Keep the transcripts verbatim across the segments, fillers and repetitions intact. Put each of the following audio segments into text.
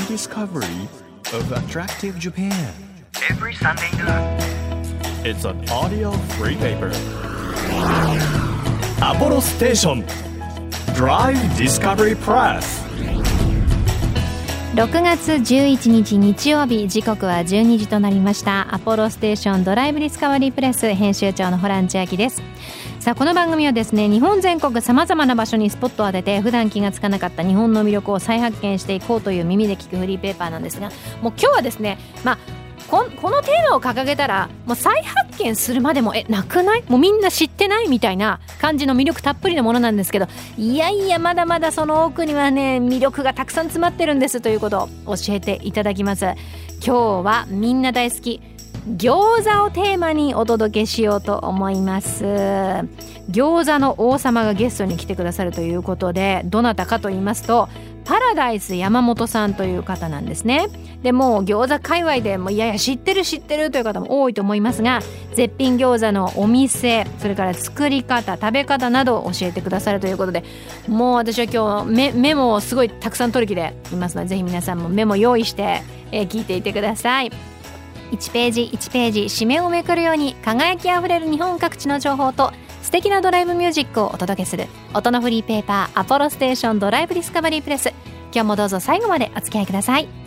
discovery of attractive Japan. Every Sunday noon. It's an audio free paper. Apollo Station Drive Discovery Press。 ろくがつじゅういちにち日曜日、時刻はじゅうにじとなりました。アポロステーションドライブディスカバリープレス編集長のホラン千秋です。さあ、この番組はですね、日本全国さまざまな場所にスポットを当てて、普段気がつかなかった日本の魅力を再発見していこうという耳で聞くフリーペーパーなんですが、もう今日はですね、まあこ, このテーマを掲げたらもう再発見するまでもえなくない？もうみんな知ってないみたいな感じの魅力たっぷりのものなんですけど、いやいやまだまだその奥にはね、魅力がたくさん詰まってるんですということを教えていただきます。今日はみんな大好き餃子をテーマにお届けしようと思います。餃子の王様がゲストに来てくださるということで、どなたかと言いますとパラダイス山本さんという方なんですね。でもう餃子界隈でもいやいや知ってる知ってるという方も多いと思いますが、絶品餃子のお店、それから作り方、食べ方などを教えてくださるということで、もう私は今日 メ, メモをすごいたくさん取る気でいますので、ぜひ皆さんもメモ用意して、えー、聞いていてください。いちページいちページ紙面をめくるように輝きあふれる日本各地の情報と素敵なドライブミュージックをお届けする音のフリーペーパーアポロステーションドライブディスカバリープレス。今日もどうぞ最後までお付き合いください。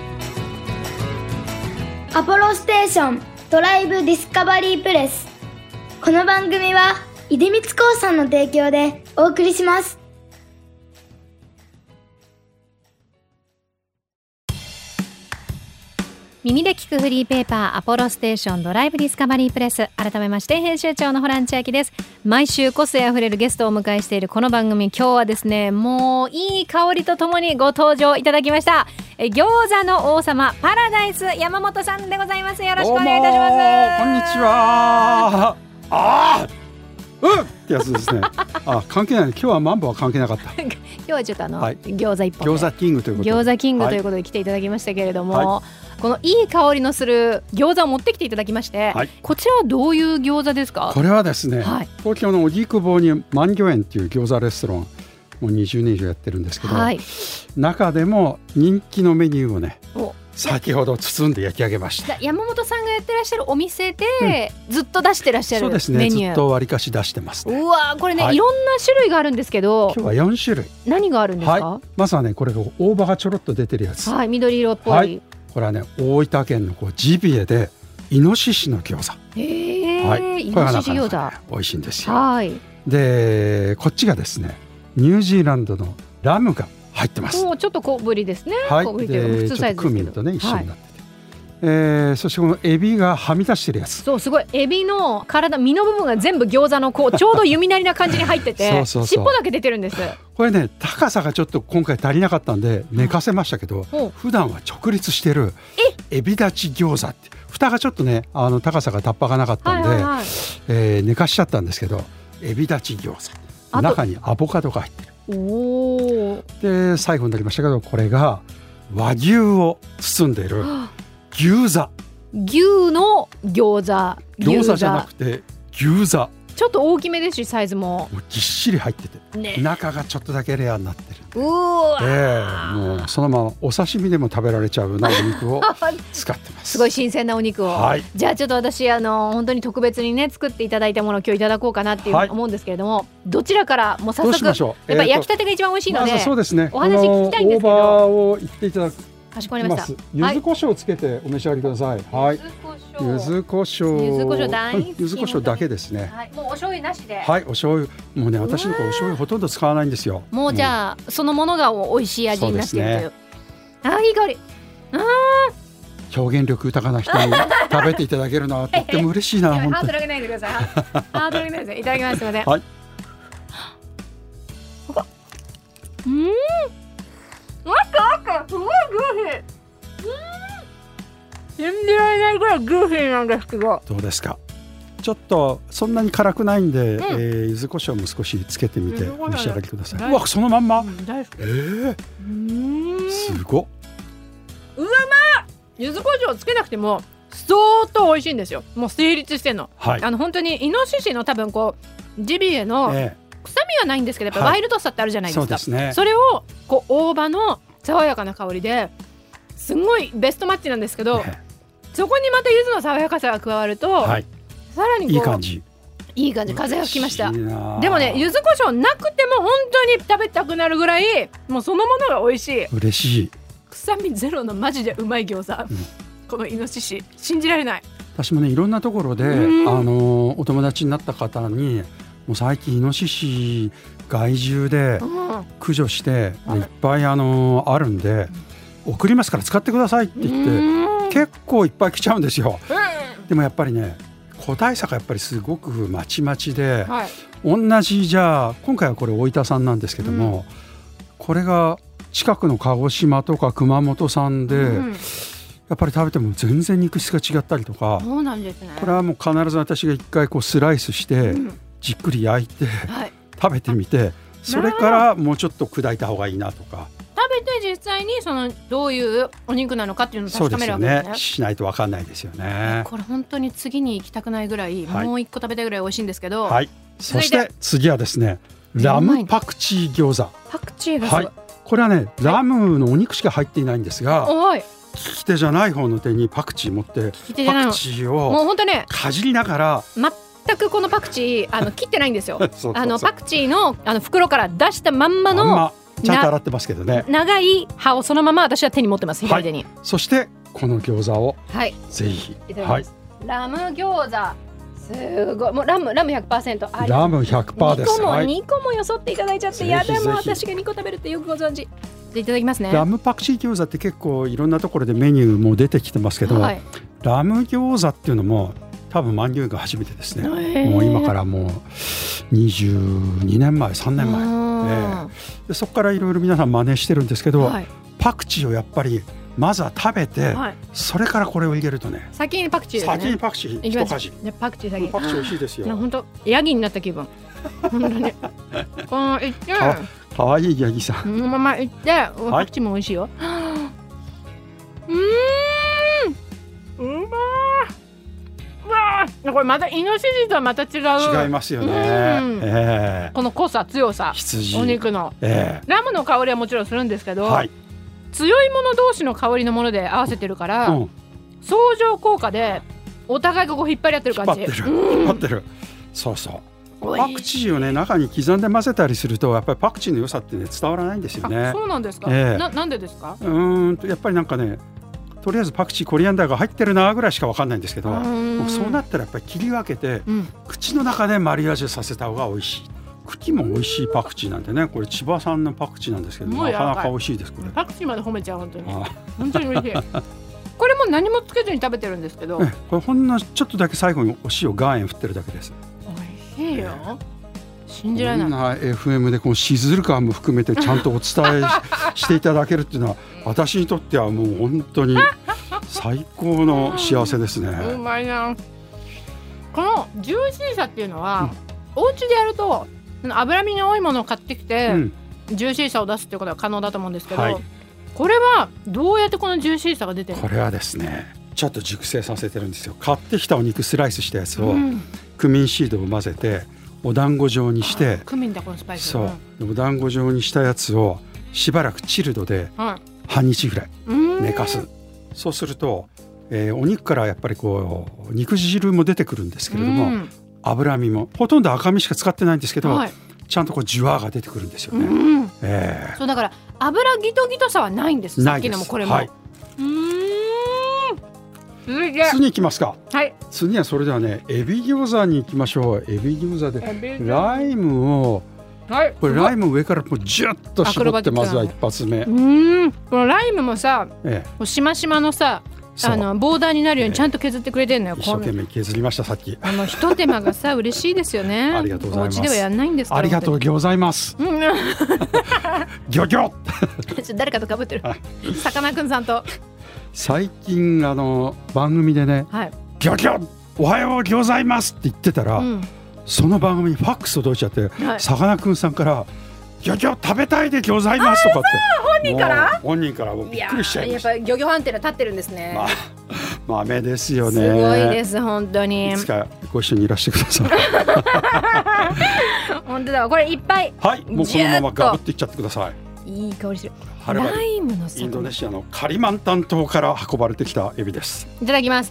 アポロステーションドライブディスカバリープレス。この番組は出光興産の提供でお送りします。 耳で聞くフリーペーパーアポロステーションドライブディスカバリープレス。改めまして編集長のホラン千秋です。毎週個性あふれるゲストをお迎えしているこの番組、今日はですね、もういい香りとともにご登場いただきました。え餃子の王様パラダイス山本さんでございます。よろしくお願いいたします。 こんにちは。あうんってやつですね。あ、関係ない。今日はマンボは関係なかった。 今日はちょっとあの、はい、餃子一本餃子キングということで餃子キングということで来ていただきましたけれども、はい、このいい香りのする餃子を持ってきていただきまして、はい、こちらはどういう餃子ですか？ これはですね、はい、東京の荻窪に万魚園っていう餃子レストランもうにじゅうねん以上やってるんですけど、はい、中でも人気のメニューをね、先ほど包んで焼き上げました。 山本さんがやってらっしゃるお店でずっと出してらっしゃるメニュー、うん、そうですね、 ずっとわりかし出してますね。 うわこれね、はい、いろんな種類があるんですけど、 今日はよんしゅるい。何があるんですか？ はい、まずはね、これが大葉がちょろっと出てるやつ、 はい、緑色っぽい、はい、 これはね、大分県のこうジビエでイノシシの餃子。 へー、はい、イノシシ餃子、 ね、美味しいんですよ。 はい、でこっちがですね、ニュージーランドのラムが入ってます。 もうちょっと小ぶりですね。 はい、 小ぶりというか普通サイズですけど、ちょっとクミンとね一緒になってて、はい、えー、そしてこのエビがはみ出してるやつ。 そう、すごいエビの体、身の部分が全部餃子のこうちょうど弓なりな感じに入っててそうそうそう、尻尾だけ出てるんです。 これね、高さがちょっと今回足りなかったんで寝かせましたけど、うん、普段は直立してるエビ立ち餃子って、蓋がちょっとね、あの高さがタッパがなかったんで、はいはいはい、えー、寝かしちゃったんですけど、エビ立ち餃子、中にアボカドが入ってる。おで最後になりましたけど、これが和牛を包んでいる牛座。 牛の餃子。 餃子じゃなくて牛座。 ちょっと大きめですし、サイズももうぎっしり入ってて、ね、中がちょっとだけレアになってる。 うわ、 えー、もうそのままお刺身でも食べられちゃうなお肉を使ってます。 すごい新鮮なお肉を、はい、じゃあちょっと私あの本当に特別にね作っていただいたものを今日いただこうかなっていう、はい、思うんですけれども、どちらからもう早速やっぱ焼きたてが一番美味しいので、 まずそうですね、 お話聞きたいんですけど、 大葉を言っていただく。 かしこまりました。 柚子胡椒をつけてお召し上がりください。はい。柚子胡椒。柚子胡椒大好き。柚子胡椒だけですね。 はい。もうお醤油なしで。 はい。お醤油。もうね、私の子お醤油ほとんど使わないんですよ。 もうじゃあそのものが美味しい味になっているという。ね、あ、いい香り。ああ。表現力豊かな人に食べていただけるのはとっても嬉しいな。本当に。 ハードル上げないでください。ハードル上げないで。いただきます。すみません。 はい。 うん。赤赤すごいグーフィー。信じられないぐらいグーフィーなんですけど、 どうですか？ちょっとそんなに辛くないんで、うん、えー、柚子胡椒も少しつけてみてお召し上がりください。うわ、そのまんま、うん、大好き。えー、うーん、すごっ。 うわ、まあ柚子胡椒をつけなくても相当美味しいんですよ。もう成立してんの、はい、あの本当にイノシシの多分こうジビエの、えー臭みはないんですけど、やっぱワイルドさってあるじゃないですか、はい、 そうですね、それをこう大葉の爽やかな香りですごいベストマッチなんですけど、 ね、 そこにまた柚子の爽やかさが加わると、はい、さらにこういい感じいい感じ風が吹きました。 でもね柚子胡椒なくても本当に食べたくなるぐらいもうそのものが美味しい。 嬉しい。 臭みゼロのマジでうまい餃子、うん、このイノシシ信じられない。 私もねいろんなところで、うん、あのお友達になった方にもう最近イノシシ害獣で駆除して、うん、いっぱいあのあるんで、うん、送りますから使ってくださいって言って、うん、結構いっぱい来ちゃうんですよ、うん、でもやっぱりね個体差がやっぱりすごくまちまちで、はい、同じじゃあ今回はこれ大分産なんですけども、うん、これが近くの鹿児島とか熊本産で、うん、やっぱり食べても全然肉質が違ったりとか。 そうなんですね。 これはもう必ず私が一回こうスライスして、うん、じっくり焼いて、はい、食べてみてそれからもうちょっと砕いた方がいいなとか食べて実際にそのどういうお肉なのかっていうのを確かめるわけですね。 そうですよね。しないと分かんないですよね。 これ本当に次に行きたくないぐらい、はい、もう一個食べたいぐらい美味しいんですけど、はい、 そして次はですねラムパクチー餃子。 パクチーがすごい、はい、これはねラムのお肉しか入っていないんですが、 はい、 利き手じゃない方の手にパクチー持ってパクチーをもう本当ねかじりながら全くこのパクチーあの切ってないんですよそうそうそうあのパクチー の, あの袋から出したまんまの、まんまちゃんと洗ってますけどね長い刃をそのまま私は手に持ってます。左手に、 はい、そしてこの餃子を、はい、ぜひいただきます、はい、ラム餃子すごいもうラムラム ひゃくパーセント あラム ひゃくパーセント です。 にこもにこもよそっていただいちゃって、いやでも私がにこ食べるってよくご存知でいただきますね。 ラムパクチー餃子って結構いろんなところでメニューも出てきてますけど、はい、ラム餃子っていうのも多分マンニューが初めてですね。もう今からもうにじゅうにねんまえさんねんまえ、えー、でそこからいろいろ皆さん真似してるんですけど、はい、パクチーをやっぱりまずは食べて、はい、それからこれを入れるとね先にパクチーですね。 先にパクチー一かじ、 ね、パクチー先パクチー美味しいですよ。 本当ヤギになった気分本当にこのいってかわいいヤギさんこのままいってパクチーも美味しいよ、はい、うーんうまーわーこれまたイノシシとはまた違う違いますよね、 えー、この濃さ強さ羊お肉の、えー、ラムの香りはもちろんするんですけど、はい、強いもの同士の香りのもので合わせてるから、うん、相乗効果でお互いがこう引っ張り合ってる感じ。 引っ張ってる、うん、引っ張ってる。そうそうパクチーをね中に刻んで混ぜたりするとやっぱりパクチーの良さってね伝わらないんですよね。 そうなんですか、えー、な, なんでですか。 うーんとやっぱりなんかねとりあえずパクチーコリアンダーが入ってるなぐらいしか分かんないんですけど、そうなったらやっぱり切り分けて、うん、口の中でマリアージュさせた方が美味しい。茎も美味しいパクチーなんでね、これ千葉産のパクチーなんですけどなかなか美味しいです。これパクチーまで褒めちゃう本当に本当に美味しいこれも何もつけずに食べてるんですけど、 ね、これほんのちょっとだけ最後にお塩岩塩振ってるだけです。 美味しいよ、信じられない。こんなエフエム でこのシズル感も含めてちゃんとお伝えしていただけるっていうのは私にとってはもう本当に最高の幸せですねうまいな。このジューシーさっていうのは、うん、お家でやると脂身の多いものを買ってきて、うん、ジューシーさを出すっていうことは可能だと思うんですけど、はい、これはどうやってこのジューシーさが出てるの？ これはですねちょっと熟成させてるんですよ。買ってきたお肉スライスしたやつを、うん、クミンシードを混ぜてお団子状にして、 クミンだこのスパイス、 そう、お団子状にしたやつをしばらくチルドで半日ぐらい寝かす。そうすると、えー、お肉からやっぱりこう肉汁も出てくるんですけれども、脂身もほとんど赤身しか使ってないんですけど、はい、ちゃんとこうジュワーが出てくるんですよね、うんえー、 そうだから油ギトギトさはないんです。さっきのもこれも、はい、うーん次に行きますか、 はい、 次はそれではねエビ餃子に行きましょう。エビ餃子でライムを、はい、これライム上からもうジュッと絞ってまずは一発目。 うーんこのライムもさ、ええ、しましまのさあのボーダーになるようにちゃんと削ってくれてるのよ、 えー、一生懸命削りましたさっき。 あの一手間がさ嬉しいですよねありがとうございます。 お家ではやんないんですから。 ありがとうございます、うん、ギョギョ誰かと被ってるさかなクンさんと最近あの番組でね、はい、ギョギョおはようございますって言ってたら、うん、その番組にファックス届いちゃって、はい、さかなクンさんからギョギョ食べたいでございますとかって本人から本人からもうびっくりしちゃいました。 やっぱりギョギョアンテナ立ってるんですね、 まあ、豆ですよね。 すごいです本当に。 いつかご一緒にいらしてください本当だこれいっぱいはいもうこのままガブっていっちゃってください。 いい香りする。 ハルバリライムのインドネシアのカリマンタン島から運ばれてきたエビです。 いただきます。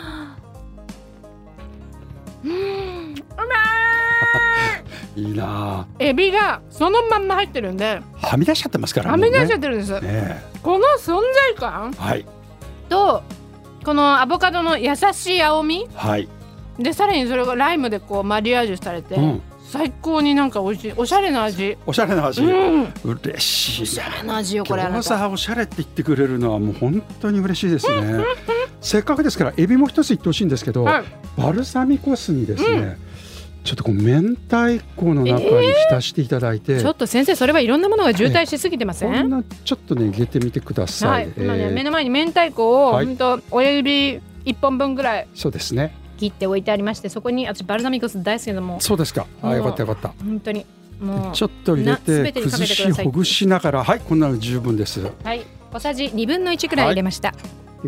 うーん、うまいいな。 い。エビがそのまんま入ってるんではみ出しちゃってますからはね。 み出しちゃってるんです、 ね、 この存在感、 はい、 とこのアボカドの優しい青み、 はい、 でさらにそれがライムでこうマリアージュされて、うん、最高になんか美味しい。おしゃれな味。 おしゃれな味、うん、嬉しい。 おしゃれな味よこれ。 餃子おしゃれって言ってくれるのはもう本当に嬉しいですねせっかくですからエビも一つ言ってほしいんですけど、はい、バルサミコ酢にですね、うん、ちょっとこう明太子の中に浸していただいて、えー、 ちょっと先生それはいろんなものが渋滞しすぎてません？ こんなちょっとね入れてみてください、 はい、今ね、えー、目の前に明太子を、はい、ほんと親指いっぽんぶんぐらいそうですね切って置いてありまして、そこに私バルサミコ酢大好きなのも。 そうですか。あ、よかったよかった。 本当にもうちょっと入れて崩しほぐしながら、はい、こんなの十分です。 はい、小さじにぶんのいちくらい入れました、はい、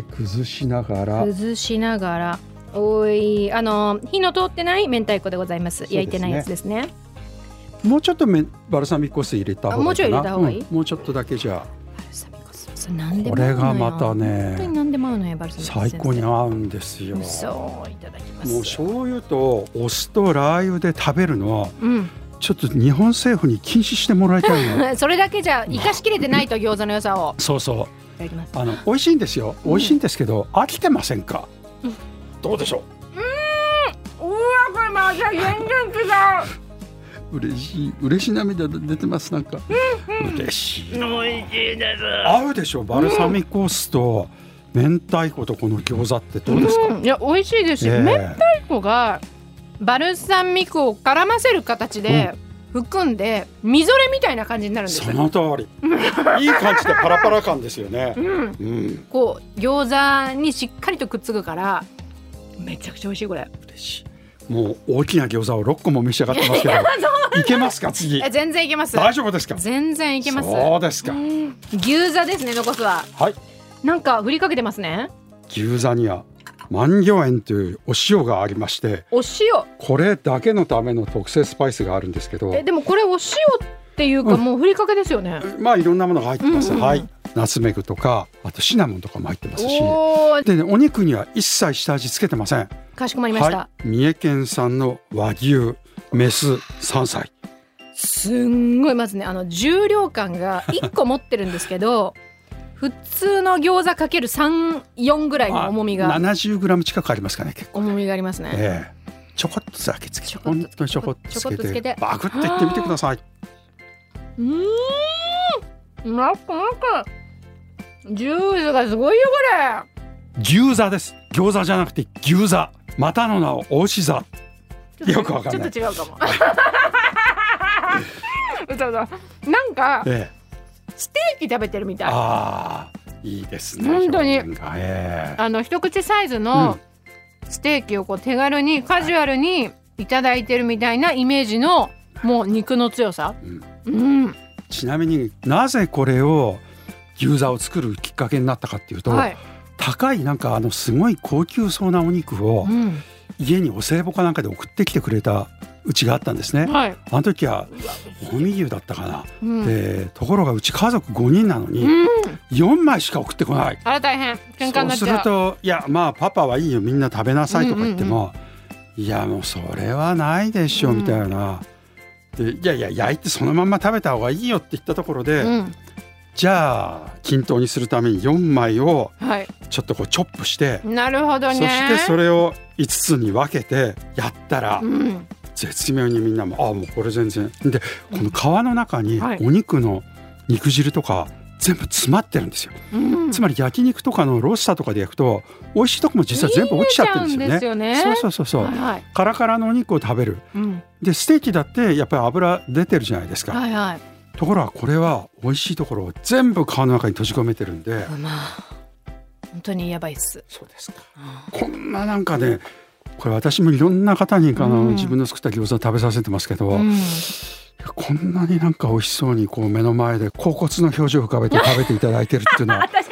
で崩しながら崩しながらおい、あの火の通ってない明太子でございます。焼いてないやつですね。 もうちょっとめバルサミコ酢入れた方がいいかな。 もうちょい入れた方がいい、 うん、もうちょっとだけじゃ。 バルサミコ酢、それ何でもこれがまたね、 本当に何でも合うのよ、バルサミコ酢。 最高に合うんですよ。 そういただきます。 もう醤油とお酢とラー油で食べるの、うん、ちょっと日本政府に禁止してもらいたいのそれだけじゃ生かしきれてないと餃子の良さを。 そうそう、いただきます。あの美味しいんですよ、美味しいんですけど、うん、飽きてませんか、うん、どうでしょう。うーん、うわ、これまた全然違う嬉しい、嬉し涙出てます。なんか、うんうん、嬉しい。美味しいです。 合うでしょ、バルサミコ酢と明太子とこの餃子ってどうですか？ うん、いや美味しいですし、えー、明太子がバルサミコを絡ませる形で含んで、うん、みぞれみたいな感じになるんですよ。 その通りいい感じでパラパラ感ですよね、うんうん、 こう餃子にしっかりとくっつくからめちゃくちゃ美味しい。これ嬉しい。もう大きな餃子をろっこも召し上がってますけどいけますか次？ え、全然いけます。 大丈夫ですか？ 全然いけます。 そうですか。 牛座ですね、残すは。 はい、 なんか振りかけてますね。 牛座には万魚塩というお塩がありまして、 お塩、 これだけのための特製スパイスがあるんですけど。 え、でもこれお塩っていうか、うん、もうふりかけですよね。 まあいろんなものが入ってます、うんうんうん、はい、ナツメグとかあとシナモンとかも入ってますし、で、ね、お肉には一切下味つけてません。 かしこまりました、 はい、三重県産の和牛メスさんさい。 すんごい、まずね、あの重量感がいっこ持ってるんですけど普通の餃子かけるさん、よんぐらいの重みがななじゅうグラム 近くありますかね。結構重みがありますね、 えー、ちょこっとだけつけて、本当にちょこっとつけてバクッといってみてください。 うーん、なんかなんかジュースがすごいよこれ。牛座です。餃子じゃなくて牛座、またの名をお牛座。よくわかんない。 ちょっと違うかも嘘だ。なんか、ええ、ステーキ食べてるみたい。 あー、いいですね。 本当に、 えー、 あの一口サイズのステーキをこう手軽にカジュアルにいただいてるみたいなイメージのもう肉の強さ、うんうん、 ちなみになぜこれを牛座を作るきっかけになったかっていうと、はい、高いなんかあのすごい高級そうなお肉を家にお歳暮かなんかで送ってきてくれたうちがあったんですね、はい、あの時は近江牛だったかな、うん、でところがうち家族ごにんなのによんまいしか送ってこない、 あれ大変、喧嘩になっちゃう。 そうすると、いやまあパパはいいよみんな食べなさいとか言っても、うんうんうん、いやもうそれはないでしょみたいな、うん、でいやいや焼いてそのまんま食べた方がいいよって言ったところで、うん、じゃあ均等にするためによんまいをちょっとこうチョップして、 はい、なるほどね。 そしてそれをいつつに分けてやったら、うん、絶妙にみんなもあもうこれ全然で、この皮の中にお肉の肉汁とか全部詰まってるんですよ、うん、つまり焼肉とかのロースターとかで焼くと美味しいとこも実は全部落ちちゃってるんですよね。そうそうそうそう、はいはい、カラカラのお肉を食べる、うん、でステーキだってやっぱり油出てるじゃないですか、はいはい、ところがこれは美味しいところを全部皮の中に閉じ込めてるんで、 まあ、本当にやばいっす。 そうですか、うん、こんななんかね、これ私もいろんな方にあの、うん、自分の作った餃子を食べさせてますけど、うん、こんなになんか美味しそうにこう目の前で恍惚の表情を浮かべて食べていただいてるっていうのは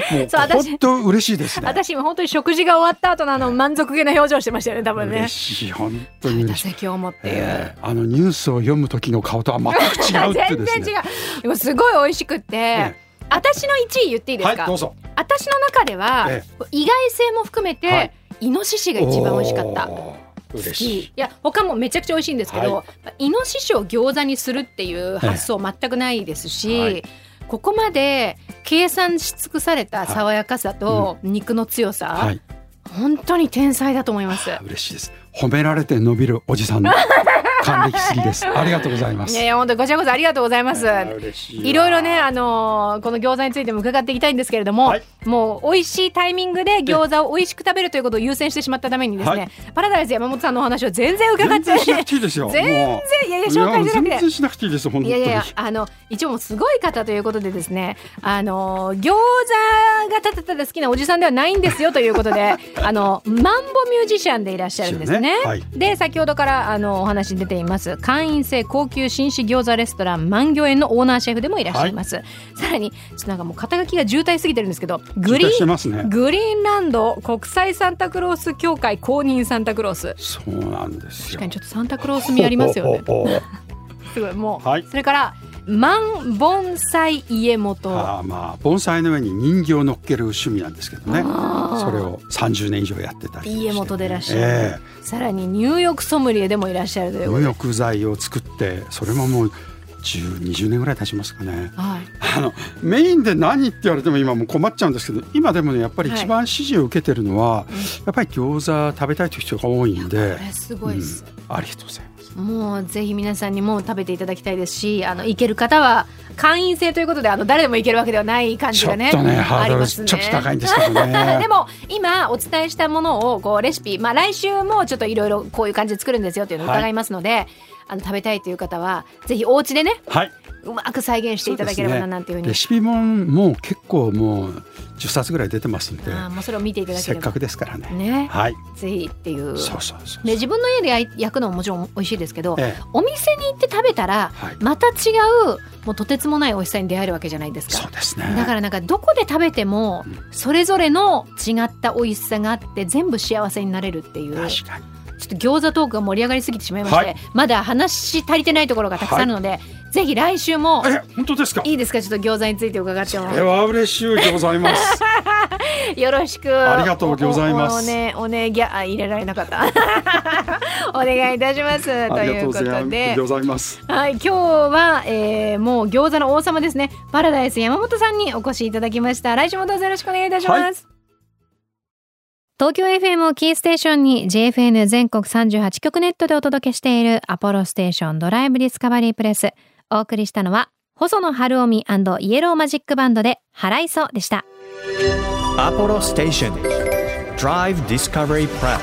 そう私本当嬉しいですね。 私今本当に食事が終わった後のあの満足げな表情してましたよね多分ね。 嬉しい、本当に嬉しい。 今日もっていう、 えー、あのニュースを読む時の顔とは全く違うってですね。 全然違う。でもすごい美味しくって、えー、私のいちい言っていいですか。 はい、どうぞ。 私の中では、えー、意外性も含めて、はい、イノシシが一番美味しかった。 嬉しい。 いや他もめちゃくちゃ美味しいんですけど、はい、イノシシを餃子にするっていう発想全くないですし、はい、ここまで計算し尽くされた爽やかさと肉の強さ、はい、本当に天才だと思います。 嬉しいです。褒められて伸びるおじさんの還暦すぎです。ありがとうございます。 いやいや本当にこちらこそありがとうございます。いろいろね、あのー、この餃子についても伺っていきたいんですけれども、はい、もう美味しいタイミングで餃子を美味しく食べるということを優先してしまったためにですね、はい、パラダイス山本さんのお話を全然伺って全然しなくていいですよ。 全然いやいや紹介しなくて全然しなくていいです。本当にいやいやあの一応もうすごい方ということでですね、あの餃子がただただ好きなおじさんではないんですよということであのマンボミュージシャンでいらっしゃるんですね。ね、はい、で先ほどからあのお話に出ています会員制高級紳士餃子レストラン万魚園のオーナーシェフでもいらっしゃいます、はい、さらにちょっとなんかもう肩書きが渋滞すぎてるんですけどグリーン、ね、グリーンランド国際サンタクロース協会公認サンタクロース。 そうなんですよ。 確かにちょっとサンタクロース味ありますよねすごいもう、はい、それから万盆栽家元。 あ、まあ、盆栽の上に人形を乗っける趣味なんですけどね、それをさんじゅうねん以上やってたりして、 家元でいらっしゃる、えー、さらに入浴ソムリエでもいらっしゃるということで入浴剤を作ってそれももうじゅう、にじゅうねんぐらい経ちますかね、はい、あのメインで何って言われても今もう困っちゃうんですけど、今でもねやっぱり一番支持を受けてるのは、はい、やっぱり餃子食べたいという人が多いんで、 これすごいです、 うん、ありがとうございます。 もうぜひ皆さんにも食べていただきたいですし、あの行ける方は会員制ということであの誰でも行けるわけではない感じがね、 ちょっとねハードルちょっと高いんですけどねでも今お伝えしたものをこうレシピ、まあ、来週もちょっといろいろこういう感じで作るんですよっていうのを伺いますので、はい、あの食べたいという方はぜひお家でね、はい、うまく再現していただければな、なんていうふうに、 レシピ本も結構もうじゅっさつぐらい出てますんで、 あもうそれを見ていただければせっかくですからね、 ね、 はい、 ぜひっていう。 そうそうそう。 で自分の家で焼くのももちろん美味しいですけど、ええ、お店に行って食べたら、はい、また違うもうとてつもない美味しさに出会えるわけじゃないですか。 そうですね。 だからなんかどこで食べてもそれぞれの違った美味しさがあって全部幸せになれるっていう。 確かにちょっと餃子トークが盛り上がりすぎてしまいまして、はい、まだ話し足りてないところがたくさんあるので、はい、ぜひ来週もえ本当ですか、 いいですか、ちょっと餃子について伺っても。 それは嬉しいでございますよろしく。 ありがとうございます。 おねおねぎゃあ入れられなかったお願いいたしますということでございます、 はい、今日は、えー、もう餃子の王様ですね、パラダイス山本さんにお越しいただきました。来週もどうぞよろしくお願いいたします、はい。東京 エフエム をキーステーションに ジェイエフエヌ 全国さんじゅうはちきょくネットでお届けしているアポロステーションドライブディスカバリープレス。お送りしたのは細野晴臣&イエローマジックバンドでハライソでした。 アポロステーション Drive Discovery Press。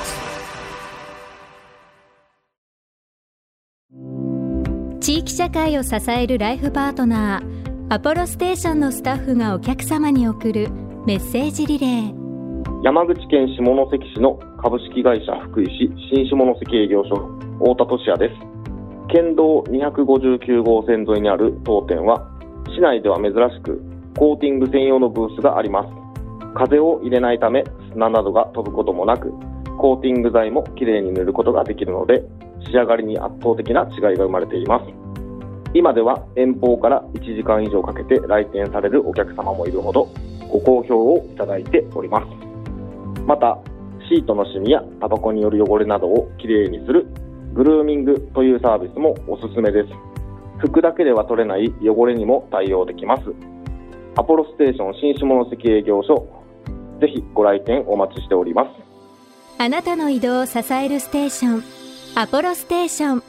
地域社会を支えるライフパートナーアポロステーションのスタッフがお客様に送るメッセージリレー。 山口県下関市の株式会社福井市新下関営業所太田俊也です。県道にひゃくごじゅうきゅうごう線沿いにある当店は市内では珍しくコーティング専用のブースがあります。風を入れないため砂などが飛ぶこともなく、コーティング剤もきれいに塗ることができるので仕上がりに圧倒的な違いが生まれています。今では遠方からいちじかん以上かけて来店されるお客様もいるほどご好評をいただいております。またシートのシミやタバコによる汚れなどをきれいにするグルーミングというサービスもおすすめです。拭くだけでは取れない汚れにも対応できます。アポロステーション新下関営業所、ぜひご来店お待ちしております。 あなたの移動を支えるステーション、アポロステーション。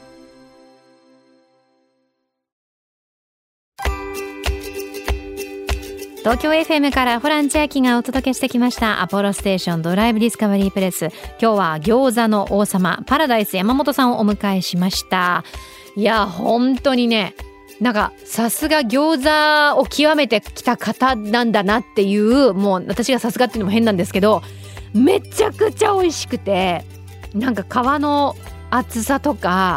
東京 エフエム からホラン千秋がお届けしてきましたアポロステーションドライブディスカバリープレス。今日は餃子の王様パラダイス山本さんをお迎えしました。いや本当にね、なんかさすが餃子を極めてきた方なんだなっていう、もう私がさすがっていうのも変なんですけど、めちゃくちゃ美味しくて、なんか皮の厚さとか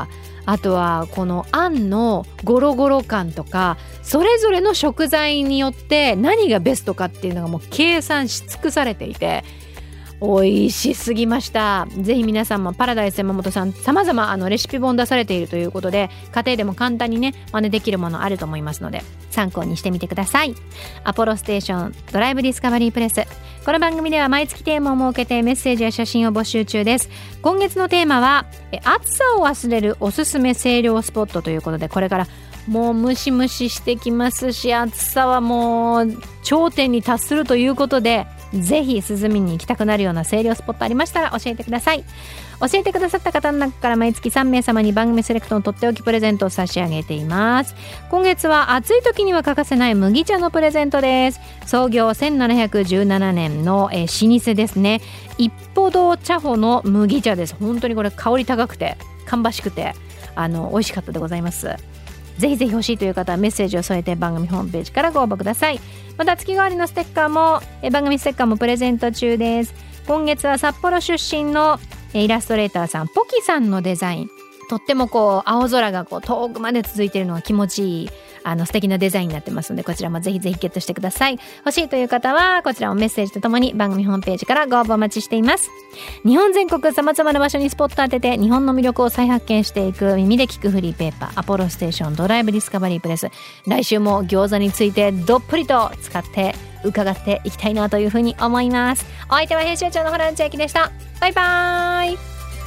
あとはこのあんのゴロゴロ感とか、それぞれの食材によって何がベストかっていうのがもう計算し尽くされていて美味しすぎました。ぜひ皆さんもパラダイス山本さん様々あのレシピ本出されているということで、家庭でも簡単にね真似できるものあると思いますので参考にしてみてください。アポロステーションドライブディスカバリープレス、この番組では毎月テーマを設けてメッセージや写真を募集中です。今月のテーマは暑さを忘れるおすすめ清涼スポットということで、これからもうムシムシしてきますし、暑さはもう頂点に達するということで、ぜひ涼みに行きたくなるような清涼スポットありましたら教えてください。教えてくださった方の中から毎月さんめい様に番組セレクトのとっておきプレゼントを差し上げています。今月は暑い時には欠かせない麦茶のプレゼントです。創業せんななひゃくじゅうななねんの、えー、老舗ですね、一歩堂茶舗の麦茶です。本当にこれ香り高くて芳しくてあの美味しかったでございます。ぜひぜひ欲しいという方はメッセージを添えて番組ホームページからご応募ください。また月替わりのステッカーもえ番組ステッカーもプレゼント中です。今月は札幌出身のイラストレーターさんポキさんのデザイン、とってもこう青空がこう遠くまで続いているのが気持ちいいあの素敵なデザインになってますので、こちらもぜひぜひゲットしてください。欲しいという方はこちらもメッセージとともに番組ホームページからご応募お待ちしています。日本全国さまざまな場所にスポット当てて日本の魅力を再発見していく耳で聞くフリーペーパーアポロステーションドライブディスカバリープレス、来週も餃子についてどっぷりと使って伺っていきたいなというふうに思います。お相手は編集長のホラン千秋でした。バイバーイ。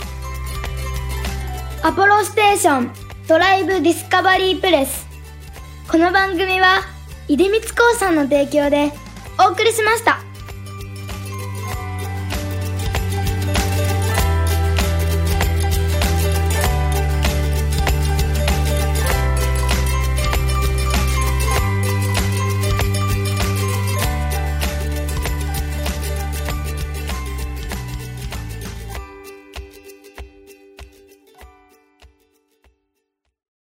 アポロステーションドライブディスカバリープレス、この番組は出光興産の提供でお送りしました。